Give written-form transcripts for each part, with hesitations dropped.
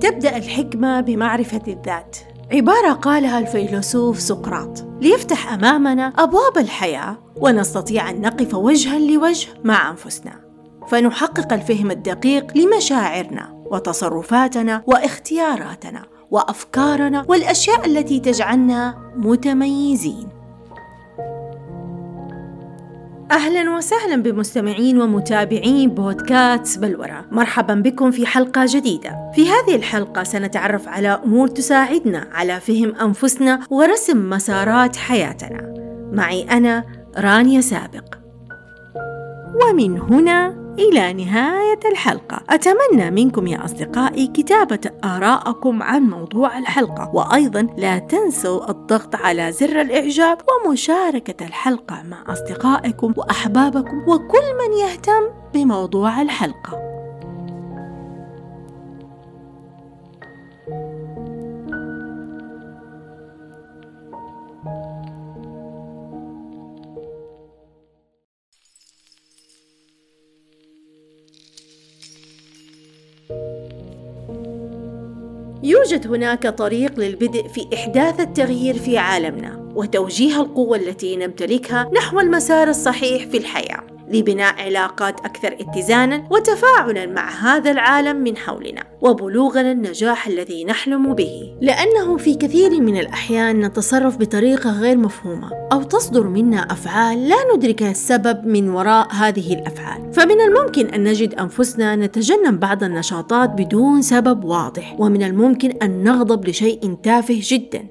تبدأ الحكمة بمعرفة الذات، عبارة قالها الفيلسوف سقراط ليفتح أمامنا أبواب الحياة ونستطيع أن نقف وجها لوجه مع أنفسنا، فنحقق الفهم الدقيق لمشاعرنا وتصرفاتنا واختياراتنا وأفكارنا والأشياء التي تجعلنا متميزين. أهلا وسهلا بمستمعين ومتابعين بودكاست بلورة، مرحبا بكم في حلقة جديدة. في هذه الحلقة سنتعرف على أمور تساعدنا على فهم أنفسنا ورسم مسارات حياتنا. معي أنا رانيا سابق، ومن هنا إلى نهاية الحلقة أتمنى منكم يا أصدقائي كتابة آراءكم عن موضوع الحلقة، وأيضا لا تنسوا الضغط على زر الإعجاب ومشاركة الحلقة مع أصدقائكم وأحبابكم وكل من يهتم بموضوع الحلقة. يوجد هناك طريق للبدء في إحداث التغيير في عالمنا وتوجيه القوة التي نمتلكها نحو المسار الصحيح في الحياة، لبناء علاقات أكثر اتزانا وتفاعلا مع هذا العالم من حولنا، وبلوغنا النجاح الذي نحلم به. لأنه في كثير من الأحيان نتصرف بطريقة غير مفهومة أو تصدر منا أفعال لا ندرك السبب من وراء هذه الأفعال، فمن الممكن أن نجد أنفسنا نتجنب بعض النشاطات بدون سبب واضح، ومن الممكن أن نغضب لشيء تافه جدا.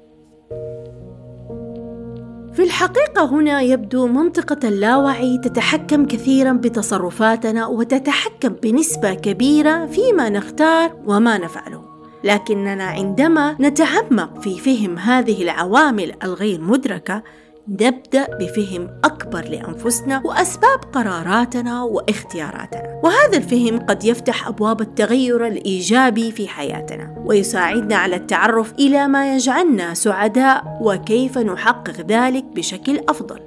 في الحقيقة هنا يبدو منطقة اللاوعي تتحكم كثيرا بتصرفاتنا وتتحكم بنسبة كبيرة فيما نختار وما نفعله، لكننا عندما نتعمق في فهم هذه العوامل الغير مدركة نبدأ بفهم أكبر لأنفسنا وأسباب قراراتنا واختياراتنا، وهذا الفهم قد يفتح أبواب التغير الإيجابي في حياتنا ويساعدنا على التعرف إلى ما يجعلنا سعداء وكيف نحقق ذلك بشكل أفضل.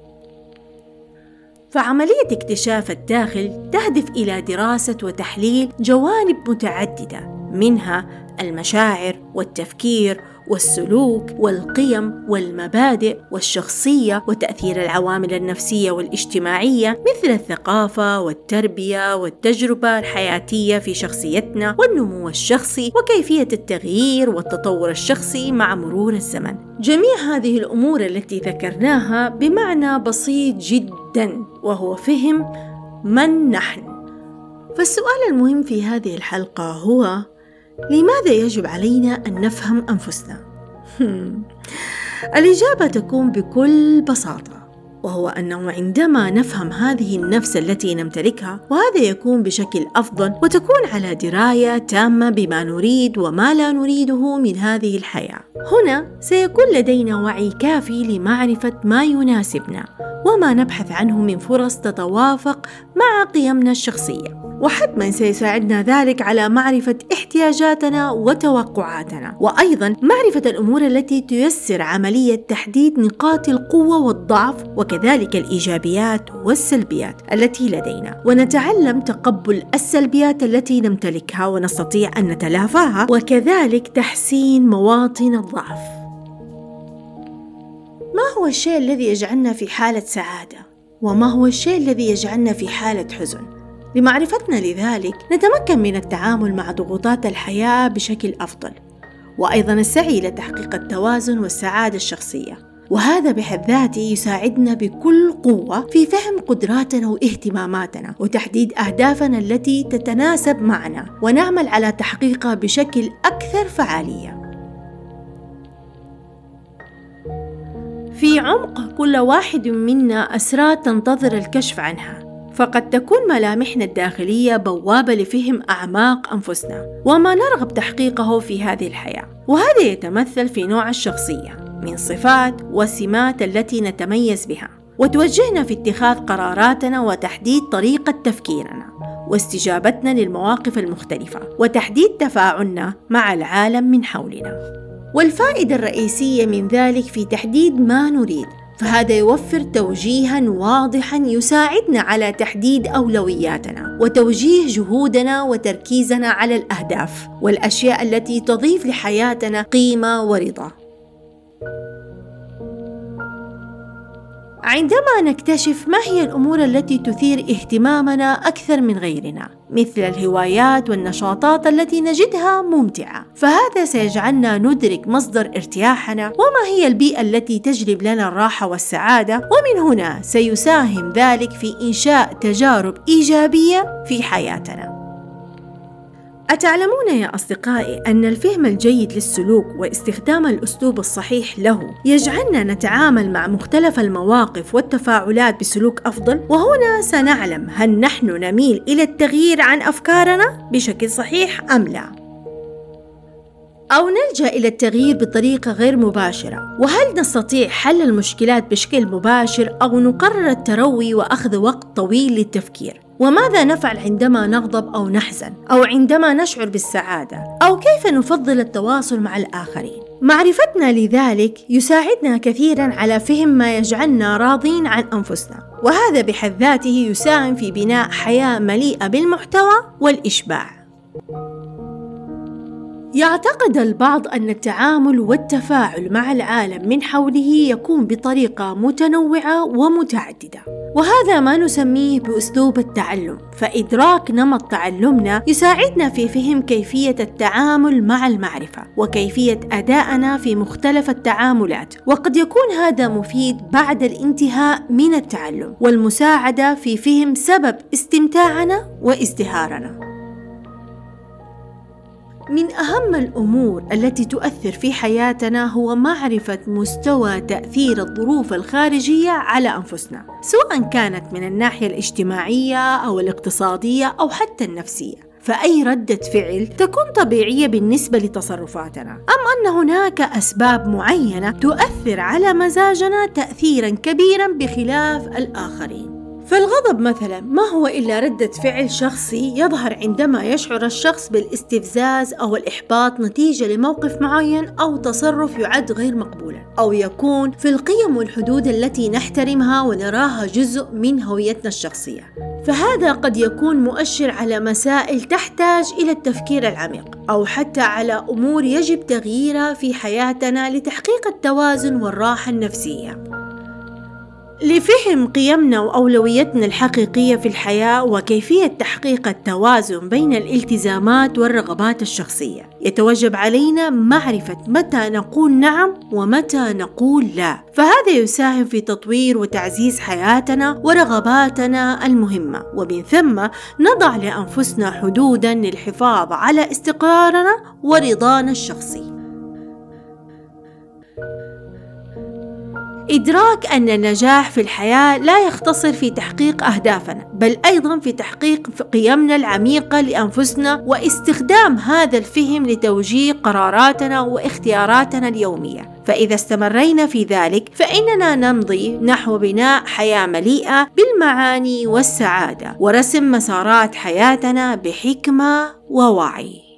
فعملية اكتشاف الداخل تهدف إلى دراسة وتحليل جوانب متعددة، منها المشاعر والتفكير والسلوك والقيم والمبادئ والشخصية وتأثير العوامل النفسية والاجتماعية مثل الثقافة والتربية والتجربة الحياتية في شخصيتنا والنمو الشخصي وكيفية التغيير والتطور الشخصي مع مرور الزمن. جميع هذه الأمور التي ذكرناها بمعنى بسيط جدا، وهو فهم من نحن. فالسؤال المهم في هذه الحلقة هو: لماذا يجب علينا أن نفهم أنفسنا؟ الإجابة تكون بكل بساطة، وهو أنه عندما نفهم هذه النفس التي نمتلكها، وهذا يكون بشكل أفضل وتكون على دراية تامة بما نريد وما لا نريده من هذه الحياة، هنا سيكون لدينا وعي كافي لمعرفة ما يناسبنا وما نبحث عنه من فرص تتوافق مع قيمنا الشخصية، وحتما سيساعدنا ذلك على معرفة احتياجاتنا وتوقعاتنا، وأيضا معرفة الأمور التي تيسر عملية تحديد نقاط القوة والضعف وكذلك الإيجابيات والسلبيات التي لدينا، ونتعلم تقبل السلبيات التي نمتلكها ونستطيع أن نتلافاها، وكذلك تحسين مواطن الضعف. ما هو الشيء الذي يجعلنا في حالة سعادة؟ وما هو الشيء الذي يجعلنا في حالة حزن؟ لمعرفتنا لذلك نتمكن من التعامل مع ضغوطات الحياة بشكل أفضل، وأيضا السعي لتحقيق التوازن والسعادة الشخصية، وهذا بحد ذاته يساعدنا بكل قوة في فهم قدراتنا واهتماماتنا وتحديد أهدافنا التي تتناسب معنا، ونعمل على تحقيقها بشكل أكثر فعالية. في عمق كل واحد منا أسرار تنتظر الكشف عنها، فقد تكون ملامحنا الداخلية بوابة لفهم أعماق أنفسنا وما نرغب تحقيقه في هذه الحياة، وهذا يتمثل في نوع الشخصية من صفات وسمات التي نتميز بها، وتوجهنا في اتخاذ قراراتنا وتحديد طريقة تفكيرنا واستجابتنا للمواقف المختلفة وتحديد تفاعلنا مع العالم من حولنا. والفائدة الرئيسية من ذلك في تحديد ما نريد، فهذا يوفر توجيها واضحا يساعدنا على تحديد أولوياتنا وتوجيه جهودنا وتركيزنا على الأهداف والأشياء التي تضيف لحياتنا قيمة ورضا. عندما نكتشف ما هي الأمور التي تثير اهتمامنا أكثر من غيرنا، مثل الهوايات والنشاطات التي نجدها ممتعة، فهذا سيجعلنا ندرك مصدر ارتياحنا وما هي البيئة التي تجلب لنا الراحة والسعادة، ومن هنا سيساهم ذلك في إنشاء تجارب إيجابية في حياتنا. أتعلمون يا أصدقائي أن الفهم الجيد للسلوك واستخدام الأسلوب الصحيح له يجعلنا نتعامل مع مختلف المواقف والتفاعلات بسلوك أفضل؟ وهنا سنعلم هل نحن نميل إلى التغيير عن أفكارنا بشكل صحيح أم لا؟ أو نلجأ إلى التغيير بطريقة غير مباشرة؟ وهل نستطيع حل المشكلات بشكل مباشر أو نقرر التروي وأخذ وقت طويل للتفكير؟ وماذا نفعل عندما نغضب أو نحزن أو عندما نشعر بالسعادة؟ أو كيف نفضل التواصل مع الآخرين؟ معرفتنا لذلك يساعدنا كثيراً على فهم ما يجعلنا راضين عن أنفسنا، وهذا بحد ذاته يساهم في بناء حياة مليئة بالمحتوى والإشباع. يعتقد البعض أن التعامل والتفاعل مع العالم من حوله يكون بطريقة متنوعة ومتعددة، وهذا ما نسميه بأسلوب التعلم. فإدراك نمط تعلمنا يساعدنا في فهم كيفية التعامل مع المعرفة وكيفية أدائنا في مختلف التعاملات، وقد يكون هذا مفيد بعد الانتهاء من التعلم والمساعدة في فهم سبب استمتاعنا وازدهارنا. من أهم الأمور التي تؤثر في حياتنا هو معرفة مستوى تأثير الظروف الخارجية على أنفسنا، سواء كانت من الناحية الاجتماعية أو الاقتصادية أو حتى النفسية. فأي ردة فعل تكون طبيعية بالنسبة لتصرفاتنا، أم أن هناك أسباب معينة تؤثر على مزاجنا تأثيراً كبيراً بخلاف الآخرين. فالغضب مثلا ما هو إلا ردة فعل شخصي يظهر عندما يشعر الشخص بالاستفزاز أو الإحباط نتيجة لموقف معين أو تصرف يعد غير مقبولا، أو يكون في القيم والحدود التي نحترمها ونراها جزء من هويتنا الشخصية. فهذا قد يكون مؤشر على مسائل تحتاج إلى التفكير العميق، أو حتى على أمور يجب تغييرها في حياتنا لتحقيق التوازن والراحة النفسية. لفهم قيمنا وأولوياتنا الحقيقية في الحياة وكيفية تحقيق التوازن بين الالتزامات والرغبات الشخصية، يتوجب علينا معرفة متى نقول نعم ومتى نقول لا، فهذا يساهم في تطوير وتعزيز حياتنا ورغباتنا المهمة، ومن ثم نضع لأنفسنا حدوداً للحفاظ على استقرارنا ورضانا الشخصي. إدراك أن النجاح في الحياة لا يختصر في تحقيق أهدافنا، بل أيضاً في تحقيق قيمنا العميقة لأنفسنا، واستخدام هذا الفهم لتوجيه قراراتنا واختياراتنا اليومية. فإذا استمرينا في ذلك فإننا نمضي نحو بناء حياة مليئة بالمعاني والسعادة ورسم مسارات حياتنا بحكمة ووعي.